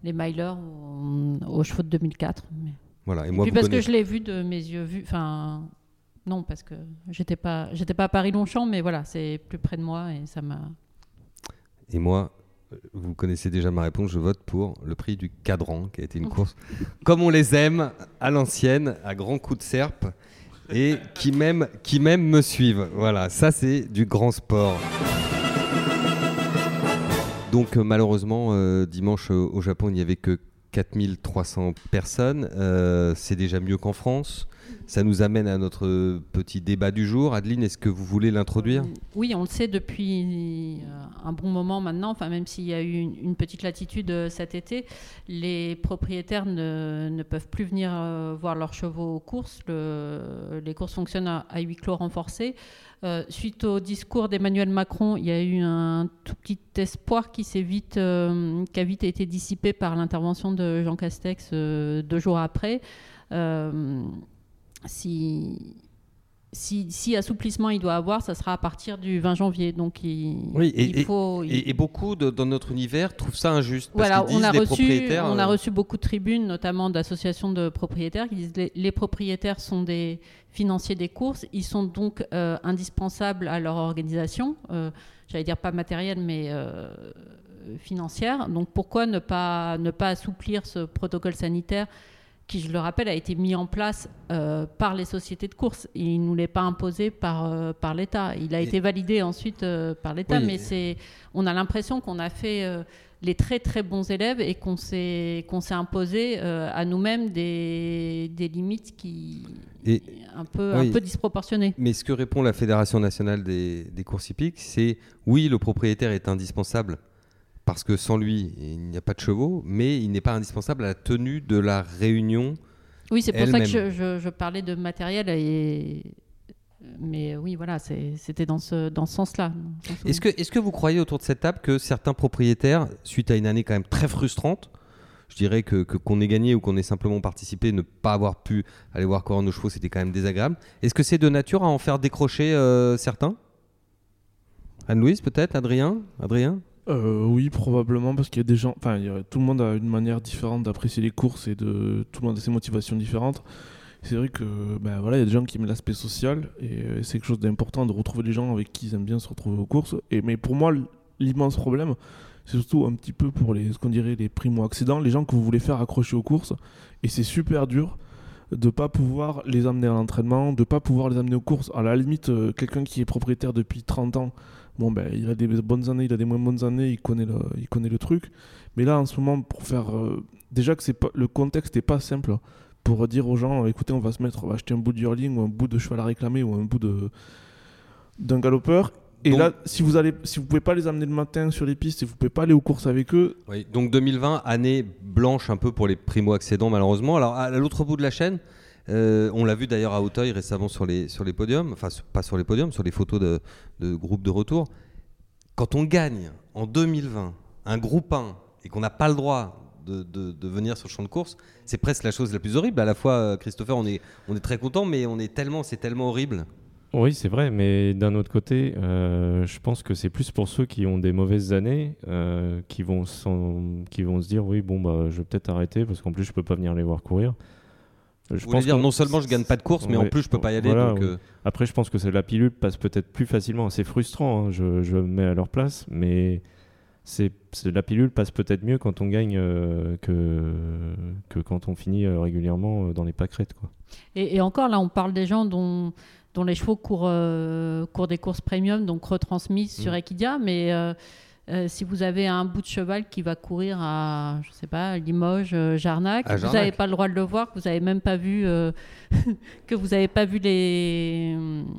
les milers aux, aux chevaux de deux mille quatre. Mais... Voilà. Et et moi, puis vous parce connaissez... que je l'ai vu de mes yeux vus. Enfin, non, parce que j'étais pas, j'étais pas à Paris-Longchamp, mais voilà, c'est plus près de moi et ça m'a. Et moi, vous connaissez déjà ma réponse, je vote pour le prix du Cadran, qui a été une course comme on les aime, à l'ancienne, à grands coups de serpe, et qui même, qui même me suivent. Voilà, ça c'est du grand sport. Donc euh, malheureusement, euh, dimanche euh, au Japon, il n'y avait que quatre mille trois cents personnes. Euh, c'est déjà mieux qu'en France. Ça nous amène à notre petit débat du jour. Adeline, est-ce que vous voulez l'introduire ? Oui, on le sait depuis un bon moment maintenant, enfin, même s'il y a eu une, une petite latitude cet été, les propriétaires ne, ne peuvent plus venir euh, voir leurs chevaux aux courses. Le, les courses fonctionnent à, à huis clos renforcé. Euh, suite au discours d'Emmanuel Macron, il y a eu un tout petit espoir qui, s'est vite, euh, qui a vite été dissipé par l'intervention de Jean Castex euh, deux jours après. Euh, Si, si, si assouplissement il doit avoir, ça sera à partir du vingt janvier. Donc il, oui, et, il faut. Et, il... et, et beaucoup de, dans notre univers trouvent ça injuste. Parce voilà, qu'ils on a disent, reçu, les propriétaires, on a euh... reçu beaucoup de tribunes, notamment d'associations de propriétaires, qui disent les, les propriétaires sont des financiers des courses, ils sont donc euh, indispensables à leur organisation. Euh, j'allais dire pas matérielle, mais euh, financière. Donc pourquoi ne pas ne pas assouplir ce protocole sanitaire qui, je le rappelle, a été mis en place euh, par les sociétés de course. Il ne nous l'est pas imposé par, euh, par l'État. Il a et... été validé ensuite euh, par l'État, oui, mais c'est, on a l'impression qu'on a fait euh, les très très bons élèves et qu'on s'est, qu'on s'est imposé euh, à nous-mêmes des, des limites qui et... un peu, oui. un peu disproportionnées. Mais ce que répond la Fédération nationale des, des courses hippiques, c'est oui, le propriétaire est indispensable, parce que sans lui, il n'y a pas de chevaux, mais il n'est pas indispensable à la tenue de la réunion. Oui, c'est pour elle-même. ça que je, je, je parlais de matériel. Et... Mais oui, voilà, c'est, c'était dans ce, dans ce sens-là. Dans ce est-ce que, est-ce que vous croyez autour de cette table que certains propriétaires, suite à une année quand même très frustrante, je dirais que, que qu'on ait gagné ou qu'on ait simplement participé, ne pas avoir pu aller voir courir nos chevaux, c'était quand même désagréable. Est-ce que c'est de nature à en faire décrocher euh, certains ? Anne-Louise, peut-être ? Adrien ? Adrien ? Euh, oui, probablement, parce qu'il y a des gens, enfin, il y a, tout le monde a une manière différente d'apprécier les courses et de, tout le monde a ses motivations différentes. C'est vrai que, ben voilà, il y a des gens qui aiment l'aspect social et euh, c'est quelque chose d'important de retrouver des gens avec qui ils aiment bien se retrouver aux courses. Et mais pour moi, l'immense problème, c'est surtout un petit peu pour les, ce qu'on dirait les primo-accédants, les gens que vous voulez faire accrocher aux courses, et c'est super dur de pas pouvoir les amener à l'entraînement, de pas pouvoir les amener aux courses. À la limite, euh, quelqu'un qui est propriétaire depuis trente ans. Bon, ben, il a des bonnes années, il a des moins bonnes années, il connaît le, il connaît le truc. Mais là, en ce moment, pour faire... Euh, déjà que c'est pas, le contexte n'est pas simple pour dire aux gens, écoutez, on va se mettre, on va acheter un bout de hurling ou un bout de cheval à réclamer ou un bout de, d'un galopeur. Et donc, là, si vous allez, si vous pouvez pas les amener le matin sur les pistes et vous pouvez pas aller aux courses avec eux... Oui, donc deux mille vingt, année blanche un peu pour les primo-accédants, malheureusement. Alors, à l'autre bout de la chaîne... Euh, on l'a vu d'ailleurs à Auteuil récemment sur les, sur les podiums, enfin pas sur les podiums, sur les photos de, de groupes de retour. Quand on gagne en deux mille vingt un groupe un et qu'on n'a pas le droit de, de, de venir sur le champ de course, c'est presque la chose la plus horrible. À la fois, Christopher, on est, on est très content, mais on est tellement, c'est tellement horrible. Oui, c'est vrai, mais d'un autre côté, euh, je pense que c'est plus pour ceux qui ont des mauvaises années, euh, qui, vont qui vont se dire oui, bon, bah, je vais peut-être arrêter parce qu'en plus, je peux pas venir les voir courir. Je Vous pense dire, non seulement je gagne pas de course, mais ouais, en plus je peux pas y aller. Voilà, donc, ouais. euh... Après, je pense que la pilule passe peut-être plus facilement. C'est frustrant, hein, je, je me mets à leur place, mais c'est, c'est, la pilule passe peut-être mieux quand on gagne euh, que, que quand on finit euh, régulièrement euh, dans les pâquerettes, quoi. Et, et encore, là, on parle des gens dont, dont les chevaux courent, euh, courent des courses premium, donc retransmises mmh. sur Equidia, mais... Euh, Euh, si vous avez un bout de cheval qui va courir à, je sais pas, Limoges, euh, Jarnac, à vous n'avez pas le droit de le voir, que vous n'avez même pas vu, euh, que vous n'avez pas vu les,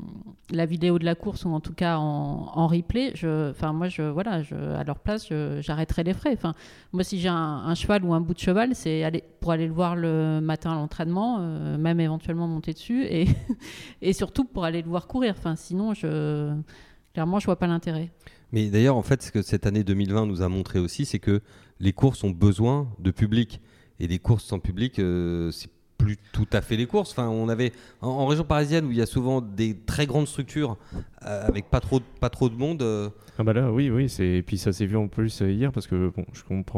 la vidéo de la course ou en tout cas en, en replay. Enfin moi, je, voilà, je, à leur place, je, j'arrêterai les frais. Enfin moi, si j'ai un, un cheval ou un bout de cheval, c'est aller, pour aller le voir le matin à l'entraînement, euh, même éventuellement monter dessus, et et surtout pour aller le voir courir. Enfin sinon, je, clairement, je vois pas l'intérêt. Mais d'ailleurs, en fait, ce que cette année deux mille vingt nous a montré aussi, c'est que les courses ont besoin de public. Et des courses sans public, euh, c'est plus tout à fait les courses. Enfin, on avait, en, en région parisienne, où il y a souvent des très grandes structures, euh, avec pas trop, pas trop de monde... Euh... Ah bah là, oui, oui. C'est... Et puis ça s'est vu en plus hier, parce que bon, je comprends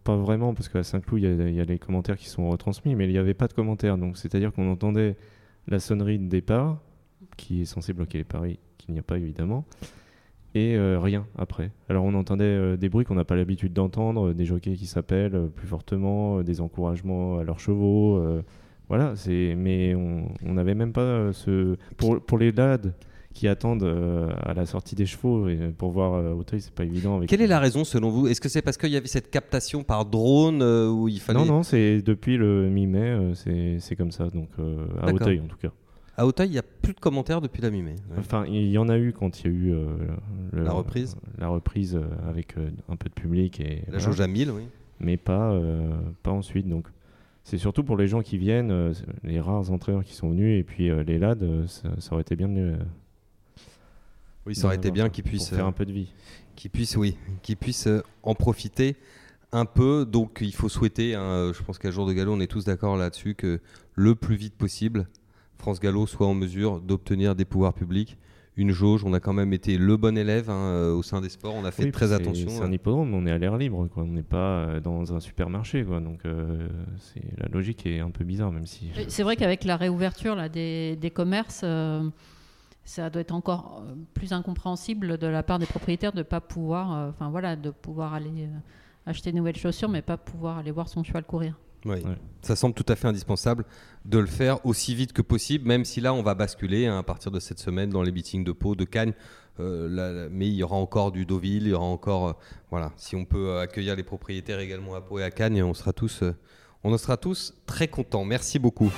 pas vraiment, parce qu'à Saint-Cloud, il y, y a les commentaires qui sont retransmis, mais il n'y avait pas de commentaires. Donc, c'est-à-dire qu'on entendait la sonnerie de départ, qui est censée bloquer les paris, qu'il n'y a pas évidemment, et euh, rien après. Alors, on entendait euh, des bruits qu'on n'a pas l'habitude d'entendre, des jockeys qui s'appellent euh, plus fortement, euh, des encouragements à leurs chevaux. Euh, voilà, c'est... mais on n'avait même pas euh, ce... Pour, pour les lads qui attendent euh, à la sortie des chevaux et pour voir euh, Auteuil, c'est pas évident. Avec Quelle est la raison selon vous ? Est-ce que c'est parce qu'il y avait cette captation par drone euh, où il fallait... Non, non, c'est depuis le mi-mai, euh, c'est, c'est comme ça, donc euh, à D'accord. Auteuil en tout cas. À Auteuil, il n'y a plus de commentaires depuis la mi-mai. Ouais. Enfin, il y en a eu quand il y a eu euh, le, La reprise La reprise euh, avec euh, un peu de public. Et, La voilà. jauge à mille, oui. Mais pas, euh, pas ensuite, donc... C'est surtout pour les gens qui viennent, euh, les rares entraîneurs qui sont venus, et puis euh, les lads, euh, ça, ça aurait été bien de... Oui, ça aurait été bien qu'ils puissent faire un peu de vie, qu'ils puissent, oui, qu'ils puissent en profiter un peu. Donc, il faut souhaiter. Hein, je pense qu'à Jour de Galop, on est tous d'accord là-dessus que le plus vite possible, France Gallo soit en mesure d'obtenir des pouvoirs publics une jauge. On a quand même été le bon élève hein, au sein des sports. On a fait oui, très c'est, attention. C'est un hippodrome, on est à l'air libre, quoi. On n'est pas dans un supermarché, quoi. Donc, euh, c'est, la logique est un peu bizarre, même si. C'est vrai qu'avec la réouverture là, des, des commerces. Euh... Ça doit être encore plus incompréhensible de la part des propriétaires de ne pas pouvoir, euh, enfin voilà, de pouvoir aller euh, acheter de nouvelles chaussures, mais pas pouvoir aller voir son cheval courir. Oui. Ouais. Ça semble tout à fait indispensable de le faire aussi vite que possible, même si là on va basculer hein, à partir de cette semaine dans les meetings de Pau, de Cagnes. Euh, là, là, mais il y aura encore du Deauville, il y aura encore, euh, voilà, si on peut euh, accueillir les propriétaires également à Pau et à Cagnes, on sera tous, euh, on en sera tous très contents. Merci beaucoup.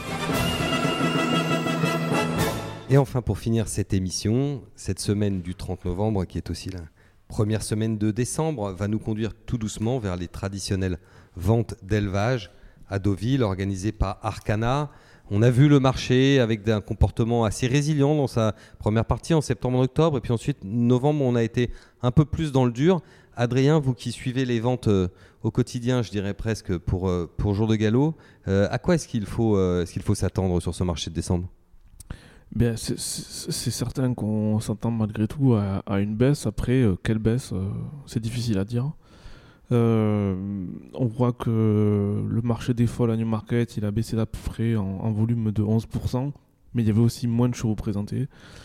Et enfin, pour finir cette émission, cette semaine du trente novembre, qui est aussi la première semaine de décembre, va nous conduire tout doucement vers les traditionnelles ventes d'élevage à Deauville, organisées par Arcana. On a vu le marché avec un comportement assez résilient dans sa première partie en septembre-octobre, et puis ensuite, novembre, on a été un peu plus dans le dur. Adrien, vous qui suivez les ventes euh, au quotidien, je dirais presque pour, euh, pour Jour de Galop, euh, à quoi est-ce qu'il faut, euh, est-ce qu'il faut s'attendre sur ce marché de décembre ? Bien, c'est, c'est, c'est certain qu'on s'attend malgré tout à, à une baisse. Après, euh, quelle baisse euh, c'est difficile à dire. Euh, on voit que le marché des folles à Newmarket, il a baissé d'à peu près en, en volume de onze pour cent, mais il y avait aussi moins de chevaux présentés.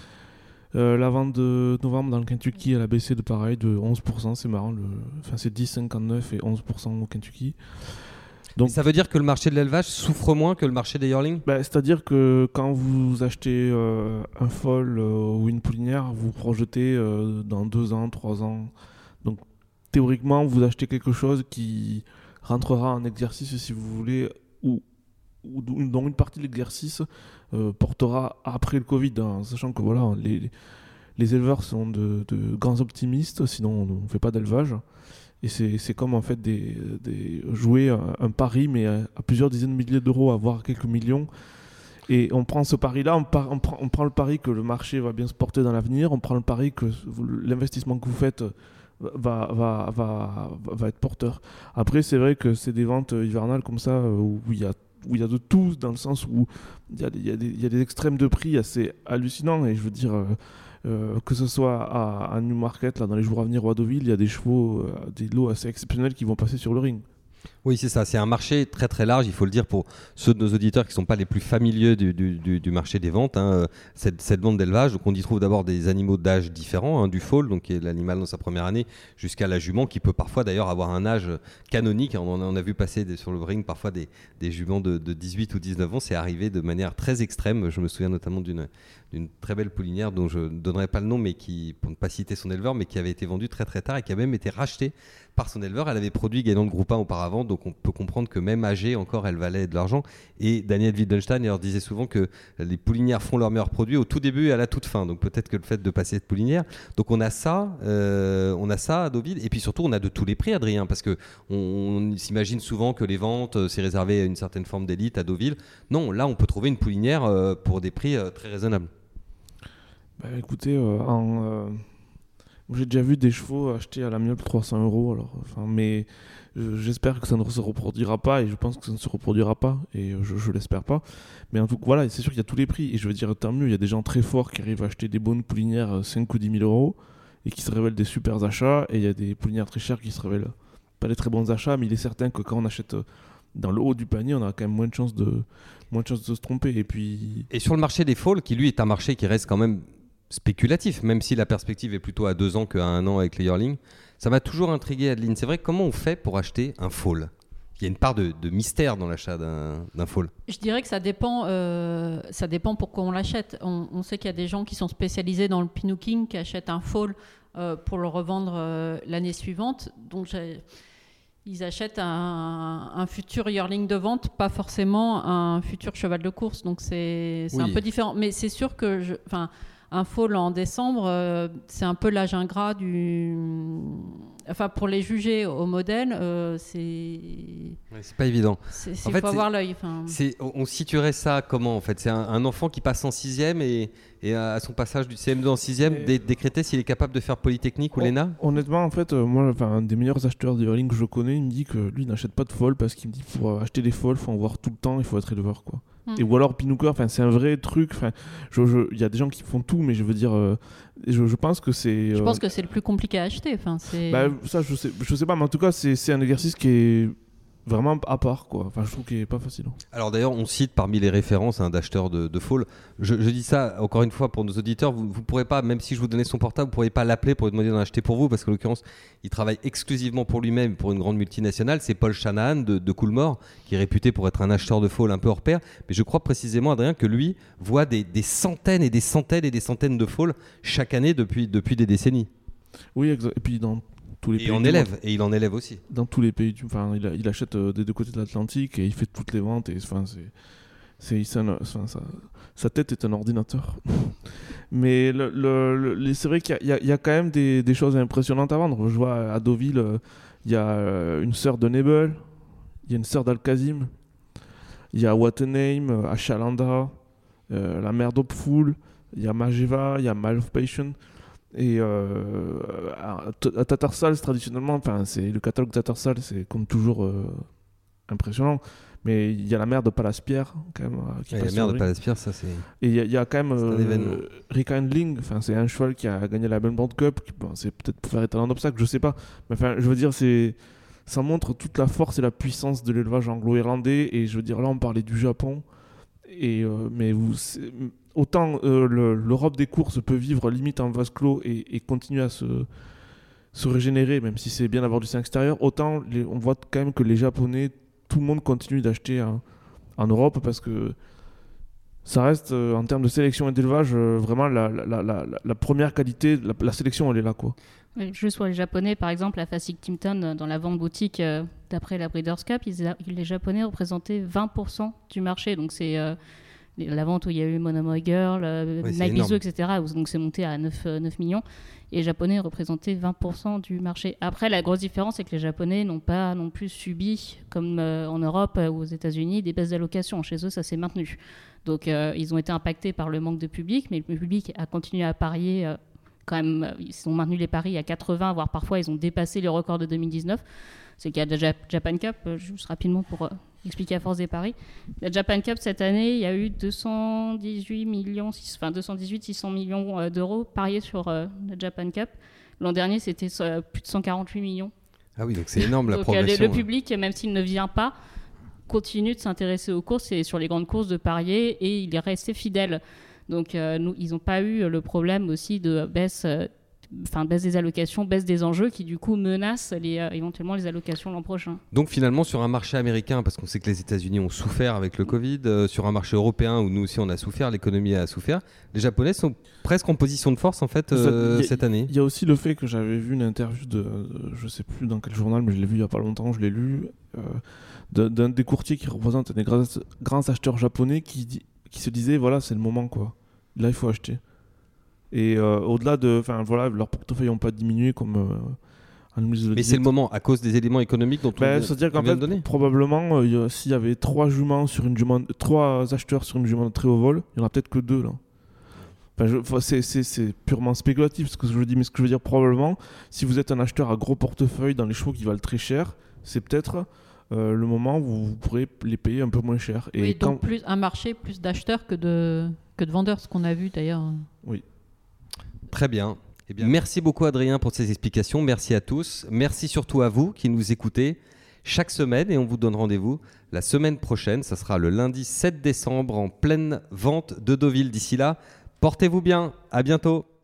Euh, la vente de novembre dans le Kentucky, elle a baissé de pareil, de onze pour cent, c'est marrant. Le, enfin, c'est dix virgule cinquante-neuf et onze pour cent au Kentucky. Donc, ça veut dire que le marché de l'élevage souffre moins que le marché des yearlings ? bah, C'est-à-dire que quand vous achetez euh, un foal euh, ou une poulinière, vous projetez euh, dans deux ans, trois ans. Donc théoriquement, vous achetez quelque chose qui rentrera en exercice, si vous voulez, ou, ou dont une partie de l'exercice euh, portera après le Covid, hein, sachant que voilà, les, les éleveurs sont de, de grands optimistes, sinon on ne fait pas d'élevage. Et c'est, c'est comme en fait des, des, jouer un, un pari, mais à, à plusieurs dizaines de milliers d'euros, à voire quelques millions. Et on prend ce pari-là, on, par, on, prend, on prend le pari que le marché va bien se porter dans l'avenir, on prend le pari que l'investissement que vous faites va, va, va, va être porteur. Après, c'est vrai que c'est des ventes hivernales comme ça, où il y a, où il y a de tout, dans le sens où il y a, il y a des, il y a des extrêmes de prix assez hallucinants. Et je veux dire... Euh, que ce soit à, à Newmarket, là, dans les jours à venir ou à Deauville, il y a des chevaux, euh, des lots assez exceptionnels qui vont passer sur le ring. Oui, c'est ça. C'est un marché très très large, il faut le dire pour ceux de nos auditeurs qui ne sont pas les plus familiers du, du, du, du marché des ventes. Hein. Cette, cette vente d'élevage, donc on y trouve d'abord des animaux d'âge différents, hein, du foal, donc qui est l'animal dans sa première année, jusqu'à la jument, qui peut parfois d'ailleurs avoir un âge canonique. On, on a vu passer des, sur le ring parfois des, des juments de, de dix-huit ou dix-neuf ans. C'est arrivé de manière très extrême. Je me souviens notamment d'une, d'une très belle poulinière dont je ne donnerai pas le nom, mais qui, pour ne pas citer son éleveur, mais qui avait été vendue très très tard et qui a même été rachetée par son éleveur. Elle avait produit gagnant de groupe un auparavant, donc on peut comprendre que même âgée encore, elle valait de l'argent. Et Daniel Wittgenstein leur disait souvent que les poulinières font leurs meilleurs produits au tout début et à la toute fin. Donc peut-être que le fait de passer de poulinière. Donc on a ça, euh, on a ça à Deauville. Et puis surtout, on a de tous les prix, Adrien, parce que on, on s'imagine souvent que les ventes, c'est réservé à une certaine forme d'élite à Deauville. Non, là, on peut trouver une poulinière euh, pour des prix euh, très raisonnables. Bah, écoutez, euh, en, euh, j'ai déjà vu des chevaux achetés à l'amiable trois cents euros. Alors, enfin, mais euh, j'espère que ça ne se reproduira pas, et je pense que ça ne se reproduira pas, et euh, je, je l'espère pas. Mais en tout cas, voilà, c'est sûr qu'il y a tous les prix. Et je veux dire, tant mieux, il y a des gens très forts qui arrivent à acheter des bonnes poulinières cinq ou dix mille euros et qui se révèlent des super achats, et il y a des poulinières très chères qui se révèlent pas des très bons achats, mais il est certain que quand on achète dans le haut du panier, on a quand même moins de chances de, moins de, chances de se tromper. Et, puis... et sur le marché des falls, qui lui est un marché qui reste quand même spéculatif, même si la perspective est plutôt à deux ans qu'à un an avec les yearlings, ça m'a toujours intrigué, Adeline. C'est vrai, comment on fait pour acheter un fall ? Il y a une part de, de mystère dans l'achat d'un, d'un fall. Je dirais que ça dépend, euh, ça dépend pourquoi on l'achète. On, on sait qu'il y a des gens qui sont spécialisés dans le pinooking, qui achètent un fall euh, pour le revendre euh, l'année suivante. Donc, j'ai, ils achètent un, un futur yearling de vente, pas forcément un futur cheval de course. Donc, c'est, c'est oui. un peu différent. Mais c'est sûr que... Je, un fall en décembre, euh, c'est un peu l'âge ingrat du... Enfin, pour les juger au modèle, euh, c'est... Ouais, c'est pas évident. Il en fait, faut avoir l'œil. Enfin... C'est, on situerait ça comment, en fait ? C'est un, un enfant qui passe en sixième et, et à son passage du C M deux en sixième, dé- décréter s'il est capable de faire Polytechnique ou l'E N A ? Honnêtement, en fait, euh, moi, un des meilleurs acheteurs de yearling que je connais, il me dit que lui, il n'achète pas de fall parce qu'il me dit qu'il faut acheter des falls, il faut en voir tout le temps, il faut être éleveur, quoi. Et ou alors Pinooker, enfin c'est un vrai truc. Enfin, je, je, il y a des gens qui font tout, mais je veux dire, euh, je, je pense que c'est. Je euh, pense que c'est le plus compliqué à acheter. Enfin, c'est. Bah, ça, je sais, je sais pas, mais en tout cas, c'est, c'est un exercice qui est vraiment à part, quoi. Enfin, je trouve qu'il est pas facile. Alors d'ailleurs, on cite parmi les références hein, d'acheteurs de, de fall. Je, je dis ça encore une fois pour nos auditeurs. Vous, vous pourrez pas, même si je vous donnais son portable, vous pourrez pas l'appeler pour lui demander d'en acheter pour vous, parce qu'en l'occurrence, il travaille exclusivement pour lui-même, pour une grande multinationale. C'est Paul Shanahan de, de Coolmore, qui est réputé pour être un acheteur de fall un peu hors pair. Mais je crois précisément, Adrien, que lui voit des, des centaines et des centaines et des centaines de fall chaque année depuis, depuis des décennies. Oui, exact. Et puis dans tous les et pays en du élève monde. Et il en élève aussi. Dans tous les pays, du... enfin, il, a, il achète euh, des deux côtés de l'Atlantique et il fait toutes les ventes. Et enfin, c'est, c'est, c'est un, enfin, ça, sa tête est un ordinateur. Mais le, le, le, c'est vrai qu'il y a, il y a quand même des, des choses impressionnantes à vendre. Je vois à Deauville, euh, il y a euh, une sœur de Nebel, il y a une sœur d'Al-Kazim, il y a What a Name, à Chalanda, euh, la mère d'Hopeful, il y a Majeva, il y a Mile of Passion. Et euh, à, à Tattersall, traditionnellement, c'est, le catalogue Tattersall, c'est comme toujours euh, impressionnant. Mais il y a la mère de Palaspierre, quand même. Qui ouais, la mère de Palaspierre, ça c'est. Et il y, y a quand même euh, Rick Handling, c'est un cheval qui a gagné la Belmont Cup. Qui, bon, c'est peut-être pour faire les talents d'obstacle, je sais pas. Mais enfin, je veux dire, c'est, ça montre toute la force et la puissance de l'élevage anglo-irlandais. Et je veux dire, là, on parlait du Japon. Et, euh, mais vous. C'est, autant euh, le, l'Europe des courses peut vivre limite en vase clos et, et continuer à se, se régénérer, même si c'est bien d'avoir du sein extérieur, autant les, on voit quand même que les Japonais, tout le monde continue d'acheter en, en Europe parce que ça reste, euh, en termes de sélection et d'élevage, euh, vraiment la, la, la, la, la première qualité, la, la sélection elle est là, quoi. Juste pour les Japonais, par exemple, la Fasig Timpton, dans la vente boutique, euh, d'après la Breeders' Cup, ils a, les Japonais représentaient vingt pour cent du marché, donc c'est... Euh, la vente où il y a eu Monomoy Girl, euh, ouais, Night Bizou, et cetera. Donc c'est monté à neuf millions. Et les Japonais représentaient vingt pour cent du marché. Après, la grosse différence, c'est que les Japonais n'ont pas non plus subi, comme euh, en Europe ou aux États-Unis, des baisses d'allocation. Chez eux, ça s'est maintenu. Donc euh, ils ont été impactés par le manque de public, mais le public a continué à parier. Euh, quand même, ils ont maintenu les paris à quatre-vingts, voire parfois ils ont dépassé le record de deux mille dix-neuf. C'est le cas de la Japan Cup, juste rapidement pour euh, expliquer à force des paris. La Japan Cup, cette année, il y a eu deux cent dix-huit millions, enfin deux cent dix-huit, six cents millions euh, d'euros pariés sur euh, la Japan Cup. L'an dernier, c'était euh, plus de cent quarante-huit millions. Ah oui, donc c'est énorme la donc, progression. Euh, le, le public, même s'il ne vient pas, continue de s'intéresser aux courses et sur les grandes courses de parier et il est resté fidèle. Donc euh, nous, ils n'ont pas eu le problème aussi de baisse... Euh, Enfin, baisse des allocations, baisse des enjeux qui du coup menacent les, euh, éventuellement les allocations l'an prochain. Donc finalement sur un marché américain, parce qu'on sait que les États-Unis ont souffert avec le Covid, euh, sur un marché européen où nous aussi on a souffert, l'économie a souffert, les Japonais sont presque en position de force en fait euh, Ça, a, cette année. Il y a aussi le fait que j'avais vu une interview de, je sais plus dans quel journal, mais je l'ai vu il y a pas longtemps, je l'ai lu, euh, d'un, d'un des courtiers qui représente des grands, grands acheteurs japonais qui, dit, qui se disait voilà c'est le moment quoi, là il faut acheter. Et euh, au-delà de, enfin voilà, leurs portefeuilles n'ont pas diminué comme. Euh, Mais disait. C'est le moment à cause des éléments économiques dont ben, on, c'est-à-dire on qu'en vient fait, de donner. Probablement, euh, s'il y avait trois juments sur une jument, trois acheteurs sur une jument de très haut vol, il y en a peut-être que deux là. Enfin, je, enfin, c'est, c'est, c'est purement spéculatif ce que je dis, mais ce que je veux dire probablement, si vous êtes un acheteur à gros portefeuille dans les chevaux qui valent très cher, c'est peut-être euh, le moment où vous pourrez les payer un peu moins cher. Et oui, quand... donc plus un marché plus d'acheteurs que de que de vendeurs, ce qu'on a vu d'ailleurs. Oui. Très bien. Eh bien, merci beaucoup Adrien pour ces explications. Merci à tous. Merci surtout à vous qui nous écoutez chaque semaine et on vous donne rendez-vous la semaine prochaine. Ça sera le lundi sept décembre en pleine vente de Deauville. D'ici là, portez-vous bien. À bientôt.